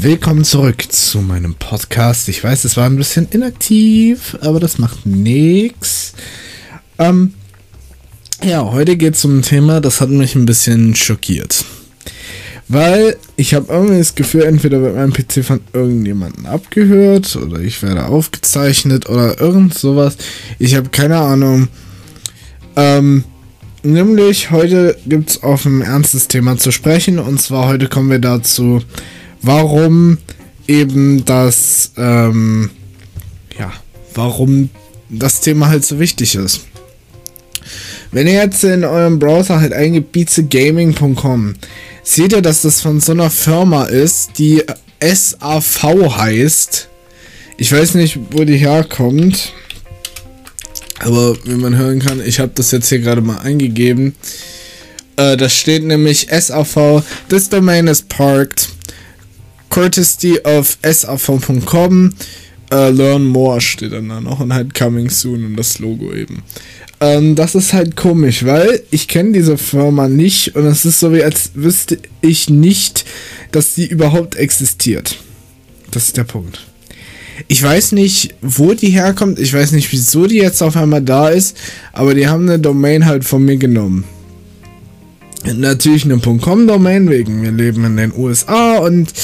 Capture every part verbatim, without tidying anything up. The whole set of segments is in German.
Willkommen zurück zu meinem Podcast. Ich weiß, es war ein bisschen inaktiv, aber das macht nichts. Ähm, ja, heute geht es um ein Thema, das hat mich ein bisschen schockiert. Weil ich habe irgendwie das Gefühl, entweder wird mein P C von irgendjemandem abgehört oder ich werde aufgezeichnet oder irgend sowas. Ich habe keine Ahnung. Ähm, nämlich heute gibt es auf ein ernstes Thema zu sprechen. Und zwar heute kommen wir dazu, warum eben das, ähm, ja, warum das Thema halt so wichtig ist. Wenn ihr jetzt in eurem Browser halt eingebt beatz gaming punkt com, seht ihr, dass das von so einer Firma ist, die S A V heißt. Ich weiß nicht, wo die herkommt, aber wie man hören kann, ich habe das jetzt hier gerade mal eingegeben. Äh, da steht nämlich S A V, this domain is parked, courtesy of S A V punkt com, uh, learn more steht dann da noch und halt coming soon und das Logo eben. Ähm, das ist halt komisch, weil ich kenne diese Firma nicht und es ist so, wie als wüsste ich nicht, dass sie überhaupt existiert. Das ist der Punkt. Ich weiß nicht, wo die herkommt, ich weiß nicht, wieso die jetzt auf einmal da ist, aber die haben eine Domain halt von mir genommen. Natürlich eine .com-Domain, wegen wir leben in den U S A und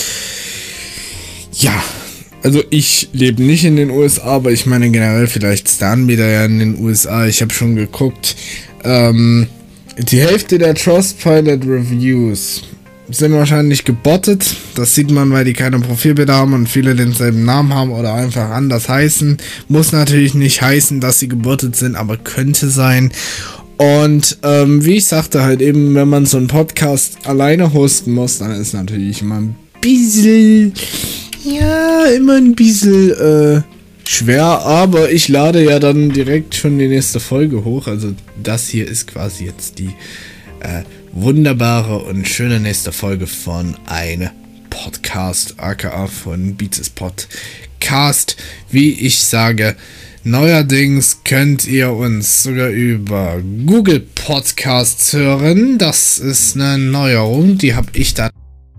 ja, also ich lebe nicht in den U S A, aber ich meine generell, vielleicht ist der Anbieter ja in den U S A, ich habe schon geguckt, ähm, die Hälfte der Trustpilot Reviews sind wahrscheinlich gebottet, das sieht man, weil die keine Profilbilder haben und viele denselben Namen haben oder einfach anders heißen, muss natürlich nicht heißen, dass sie gebottet sind, aber könnte sein. Und ähm, wie ich sagte halt eben, wenn man so einen Podcast alleine hosten muss, dann ist natürlich immer ein bisschen, ja, immer ein bisschen äh, schwer, aber ich lade ja dann direkt schon die nächste Folge hoch, also das hier ist quasi jetzt die äh, wunderbare und schöne nächste Folge von einem Podcast, aka von Beats Podcast, wie ich sage. Neuerdings könnt ihr uns sogar über Google Podcasts hören. Das ist eine Neuerung, die habe ich dann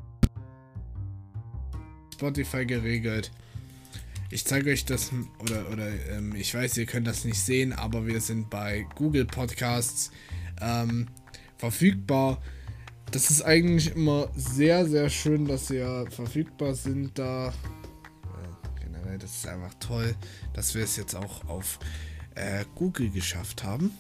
Spotify geregelt. Ich zeige euch das, oder, oder ähm, ich weiß, ihr könnt das nicht sehen, aber wir sind bei Google Podcasts ähm, verfügbar. Das ist eigentlich immer sehr, sehr schön, dass wir verfügbar sind da. Das ist einfach toll, dass wir es jetzt auch auf äh, Google geschafft haben.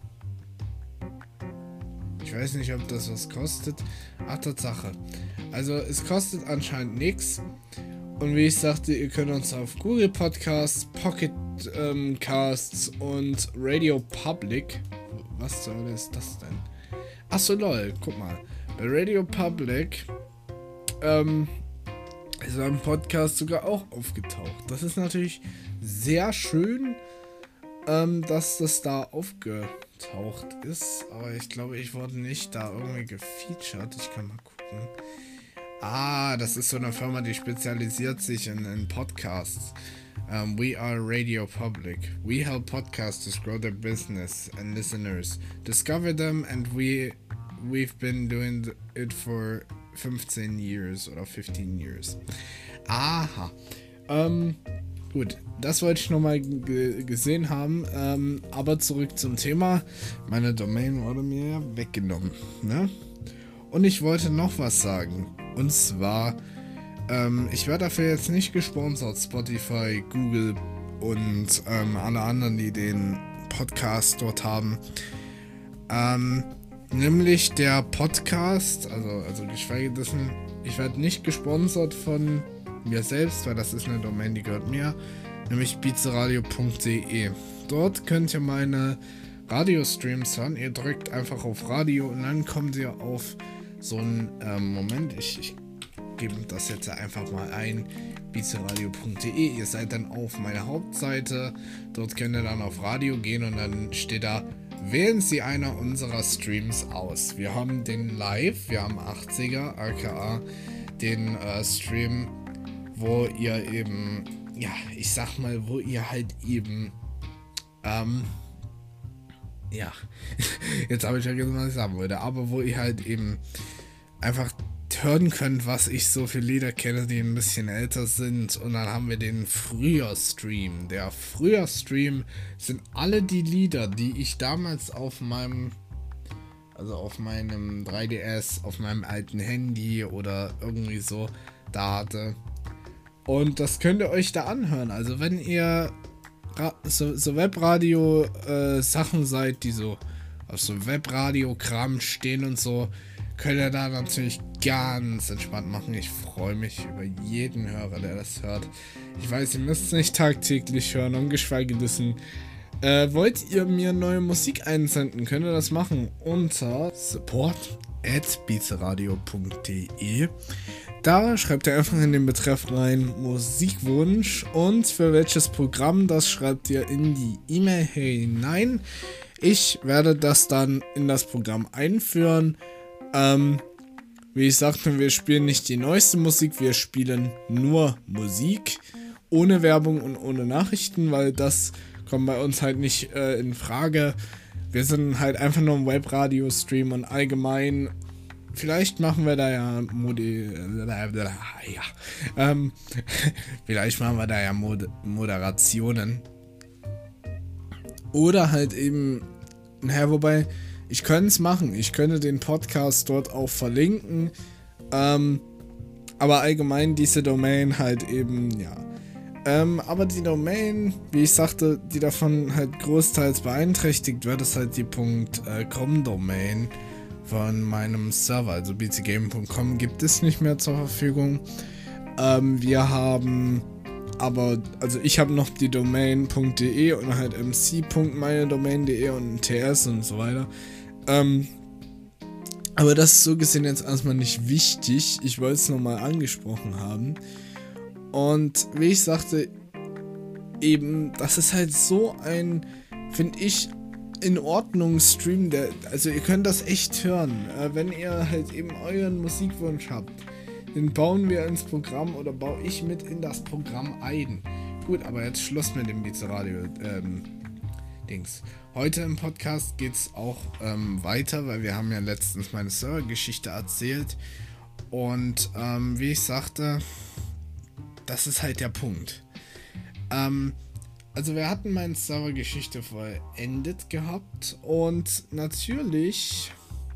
Ich weiß nicht, ob das was kostet. Ach, Tatsache. Also es kostet anscheinend nichts. Und wie ich sagte, ihr könnt uns auf Google Podcasts, Pocket ähm, Casts und Radio Public. Was soll ist das denn? Achso, lol, guck mal. Bei Radio Public ähm, ist ein Podcast sogar auch aufgetaucht. Das ist natürlich sehr schön, ähm, dass das da aufgetaucht ist. Aber ich glaube, ich wurde nicht da irgendwie gefeatured. Ich kann mal gucken. Ah, das ist so eine Firma, die spezialisiert sich in, in Podcasts. Um, we are Radio Public. We help podcasters grow their business and listeners. Discover them and we, we've been doing it for fifteen years oder fifteen years. Aha. Ähm, gut, das wollte ich nochmal g- gesehen haben. Ähm, aber zurück zum Thema. Meine Domain wurde mir weggenommen. Ne? Und ich wollte noch was sagen. Und zwar, ähm, ich werde dafür jetzt nicht gesponsert. Spotify, Google und ähm, alle anderen, die den Podcast dort haben. Ähm, Nämlich der Podcast, also, also geschweige dessen, ich werde nicht gesponsert von mir selbst, weil das ist eine Domain, die gehört mir, nämlich beatsradio punkt de. Dort könnt ihr meine Radiostreams hören. Ihr drückt einfach auf Radio und dann kommt ihr auf so einen ähm, Moment, ich, ich gebe das jetzt einfach mal ein, beatsradio punkt de. Ihr seid dann auf meiner Hauptseite, dort könnt ihr dann auf Radio gehen und dann steht da, wählen Sie einer unserer Streams aus. Wir haben den Live, wir haben achtziger, aka den äh, Stream, wo ihr eben, ja, ich sag mal, wo ihr halt eben, ähm, ja, jetzt habe ich vergessen, was ich sagen wollte, aber wo ihr halt eben einfach hören könnt, was ich so für Lieder kenne, die ein bisschen älter sind. Und dann haben wir den Frühjahrstream. Der Frühjahrstream sind alle die Lieder, die ich damals auf meinem, also auf meinem drei D S, auf meinem alten Handy oder irgendwie so da hatte. Und das könnt ihr euch da anhören. Also wenn ihr so, so Webradio äh, Sachen seid, die so auf so Webradio-Kram stehen und so, könnt ihr da natürlich ganz entspannt machen. Ich freue mich über jeden Hörer, der das hört. Ich weiß, ihr müsst es nicht tagtäglich hören und geschweige dessen. Äh, wollt ihr mir neue Musik einsenden, könnt ihr das machen unter support at beatsradio punkt de. Da schreibt ihr einfach in den Betreff rein Musikwunsch und für welches Programm, das schreibt ihr in die E-Mail hinein. Ich werde das dann in das Programm einführen. Ähm, wie ich sagte, wir spielen nicht die neueste Musik, wir spielen nur Musik, ohne Werbung und ohne Nachrichten, weil das kommt bei uns halt nicht äh, in Frage. Wir sind halt einfach nur ein Webradio-Stream und allgemein, vielleicht machen wir da ja Modi, äh, ja, ähm, vielleicht machen wir da ja Mod Moderationen. Oder halt eben, naja, wobei, ich könnte es machen. Ich könnte den Podcast dort auch verlinken. Ähm, aber allgemein diese Domain halt eben, ja. Ähm, aber die Domain, wie ich sagte, die davon halt großteils beeinträchtigt wird, ist halt die .com-Domain von meinem Server. Also b c gaming punkt com gibt es nicht mehr zur Verfügung. Ähm, wir haben... Aber, also ich habe noch die Domain .de und halt m c punkt meinedomain punkt de und T S und so weiter. Ähm, aber das ist so gesehen jetzt erstmal nicht wichtig. Ich wollte es nochmal angesprochen haben. Und wie ich sagte, eben, das ist halt so ein, finde ich, in Ordnung Stream, der, also ihr könnt das echt hören, äh, wenn ihr halt eben euren Musikwunsch habt. Den bauen wir ins Programm oder baue ich mit in das Programm ein. Gut, aber jetzt Schluss mit dem Beatsradio ähm, Dings. Heute im Podcast geht's auch ähm, weiter, weil wir haben ja letztens meine Servergeschichte erzählt. Und ähm, wie ich sagte, das ist halt der Punkt. Ähm, also wir hatten meine Servergeschichte vollendet gehabt und natürlich...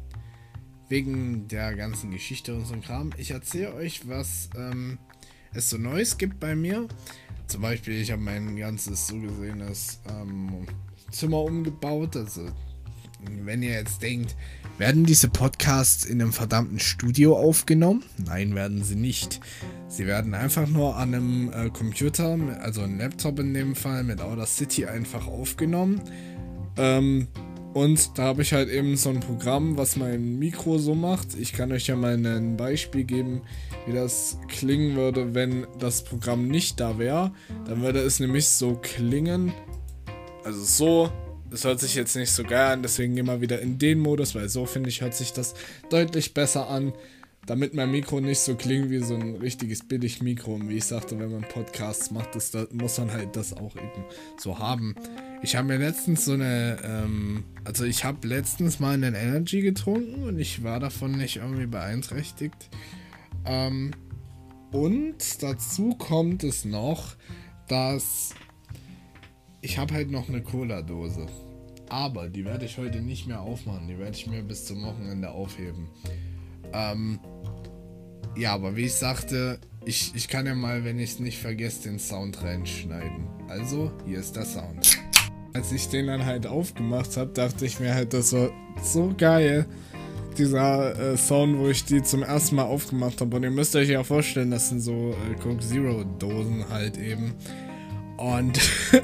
wegen der ganzen Geschichte und so Kram. Ich erzähle euch, was ähm, es so Neues gibt bei mir. Zum Beispiel, ich habe mein ganzes so gesehenes ähm, Zimmer umgebaut. Also, wenn ihr jetzt denkt, werden diese Podcasts in einem verdammten Studio aufgenommen? Nein, werden sie nicht. Sie werden einfach nur an einem äh, Computer, also einem Laptop in dem Fall, mit Audacity einfach aufgenommen. Ähm, Und da habe ich halt eben so ein Programm, was mein Mikro so macht. Ich kann euch ja mal ein Beispiel geben, wie das klingen würde, wenn das Programm nicht da wäre. Dann würde es nämlich so klingen. Also so. Das hört sich jetzt nicht so geil an, deswegen gehen wir wieder in den Modus, weil so finde ich, hört sich das deutlich besser an. Damit mein Mikro nicht so klingt wie so ein richtiges Billig-Mikro. Und wie ich sagte, wenn man Podcasts macht, das, das muss man halt das auch eben so haben. Ich habe mir letztens so eine, ähm, also ich habe letztens mal einen Energy getrunken und ich war davon nicht irgendwie beeinträchtigt. Ähm, und dazu kommt es noch, dass ich habe halt noch eine Cola-Dose. Aber die werde ich heute nicht mehr aufmachen. Die werde ich mir bis zum Wochenende aufheben. Ähm, ja, aber wie ich sagte, ich, ich kann ja mal, wenn ich es nicht vergesse, den Sound reinschneiden. Also, hier ist der Sound. Als ich den dann halt aufgemacht habe, dachte ich mir halt, das war so geil. Dieser äh, Sound, wo ich die zum ersten Mal aufgemacht habe. Und ihr müsst euch ja vorstellen, das sind so äh, Coke Zero Dosen halt eben. Und,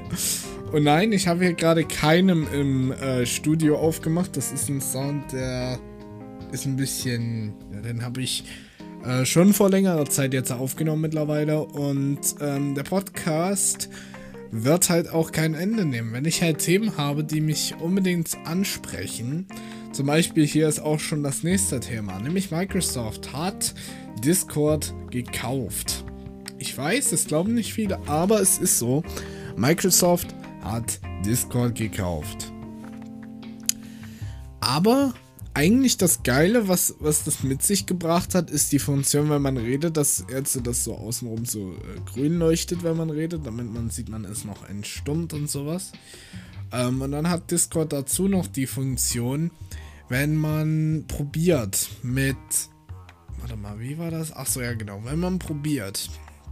und nein, ich habe hier gerade keinem im äh, Studio aufgemacht. Das ist ein Sound, der ist ein bisschen, ja, den habe ich äh, schon vor längerer Zeit jetzt aufgenommen mittlerweile. Und ähm, der Podcast wird halt auch kein Ende nehmen. Wenn ich halt Themen habe, die mich unbedingt ansprechen, zum Beispiel hier ist auch schon das nächste Thema, nämlich Microsoft hat Discord gekauft. Ich weiß, es glauben nicht viele, aber es ist so. Microsoft hat Discord gekauft. Aber eigentlich das Geile, was, was das mit sich gebracht hat, ist die Funktion, wenn man redet, dass jetzt das so außenrum so äh, grün leuchtet, wenn man redet, damit man sieht, man ist noch entstummt und sowas. Ähm, und dann hat Discord dazu noch die Funktion, wenn man probiert mit... Warte mal, wie war das? Achso, ja genau. Wenn man probiert,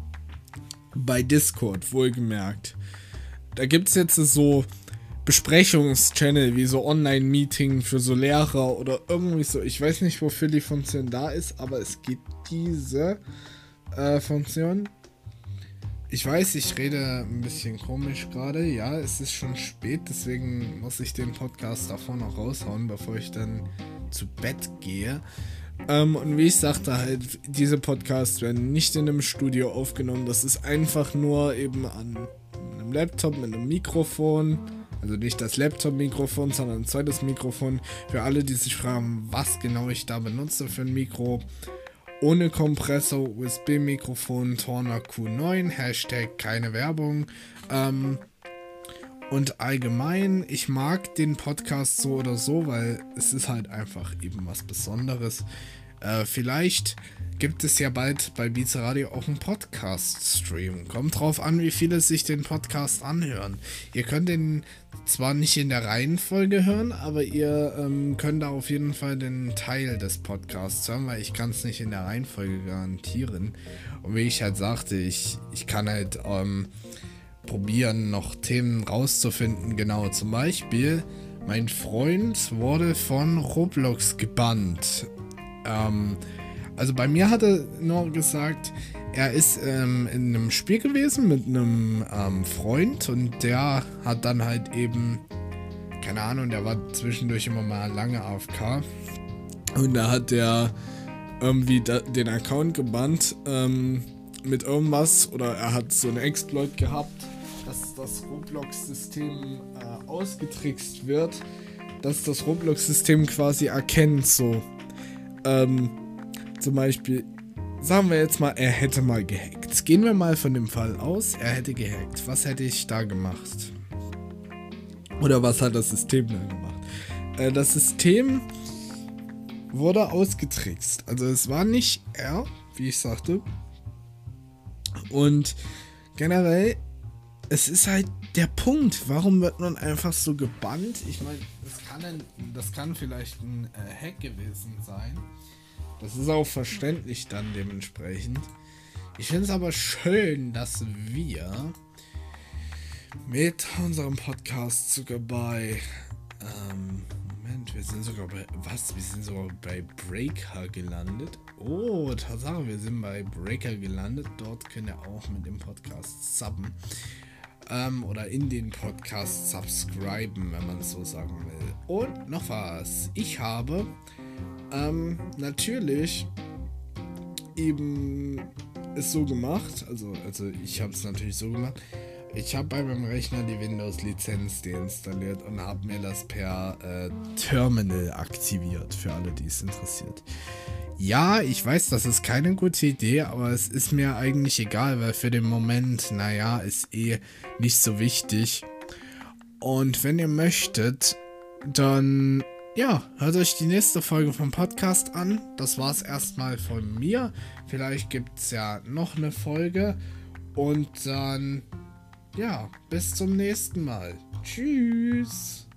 bei Discord, wohlgemerkt, da gibt es jetzt so Besprechungschannel wie so Online-Meeting für so Lehrer oder irgendwie so. Ich weiß nicht, wofür die Funktion da ist, aber es gibt diese äh, Funktion. Ich weiß, ich rede ein bisschen komisch gerade. Ja, es ist schon spät, deswegen muss ich den Podcast davor noch raushauen, bevor ich dann zu Bett gehe. Ähm, und wie ich sagte halt, diese Podcasts werden nicht in einem Studio aufgenommen. Das ist einfach nur eben an einem Laptop mit einem Mikrofon. Also nicht das Laptop-Mikrofon, sondern ein zweites Mikrofon. Für alle, die sich fragen, was genau ich da benutze für ein Mikro. Ohne Kompressor, U S B-Mikrofon, Torner Q neun, Hashtag keine Werbung. Ähm, und allgemein, ich mag den Podcast so oder so, weil es ist halt einfach eben was Besonderes. Äh, vielleicht gibt es ja bald bei Beats Radio auch einen Podcast-Stream. Kommt drauf an, wie viele sich den Podcast anhören. Ihr könnt den zwar nicht in der Reihenfolge hören, aber ihr ähm, könnt da auf jeden Fall den Teil des Podcasts hören, weil ich kann es nicht in der Reihenfolge garantieren. Und wie ich halt sagte, ich, ich kann halt ähm, probieren, noch Themen rauszufinden. Genau, zum Beispiel, mein Freund wurde von Roblox gebannt. Ähm, also bei mir hat er nur gesagt, er ist ähm, in einem Spiel gewesen mit einem ähm, Freund und der hat dann halt eben, keine Ahnung, der war zwischendurch immer mal lange A F K und da hat der irgendwie da, den Account gebannt ähm, mit irgendwas oder er hat so einen Exploit gehabt, dass das Roblox-System äh, ausgetrickst wird, dass das Roblox-System quasi erkennt, so ähm, zum Beispiel, sagen wir jetzt mal, er hätte mal gehackt. Gehen wir mal von dem Fall aus, er hätte gehackt. Was hätte ich da gemacht? Oder was hat das System da gemacht? Äh, das System wurde ausgetrickst. Also es war nicht er, wie ich sagte. Und generell, es ist halt der Punkt, warum wird man einfach so gebannt? Ich meine, das kann, ein, das kann vielleicht ein äh, Hack gewesen sein. Das ist auch verständlich dann dementsprechend. Ich finde es aber schön, dass wir mit unserem Podcast sogar bei ähm, Moment, wir sind sogar bei was? Wir sind sogar bei Breaker gelandet. Oh, Tatsache, wir sind bei Breaker gelandet. Dort könnt ihr auch mit dem Podcast subben. Ähm, oder in den Podcast subscriben, wenn man es so sagen will. Und noch was. Ich habe ähm, natürlich eben es so gemacht, also, also ich habe es natürlich so gemacht, ich habe bei meinem Rechner die Windows-Lizenz deinstalliert und habe mir das per äh, Terminal aktiviert, für alle, die es interessiert. Ja, ich weiß, das ist keine gute Idee, aber es ist mir eigentlich egal, weil für den Moment, naja, ist eh nicht so wichtig. Und wenn ihr möchtet, dann, ja, hört euch die nächste Folge vom Podcast an. Das war's erstmal von mir. Vielleicht gibt's ja noch eine Folge. Und dann, ja, bis zum nächsten Mal. Tschüss.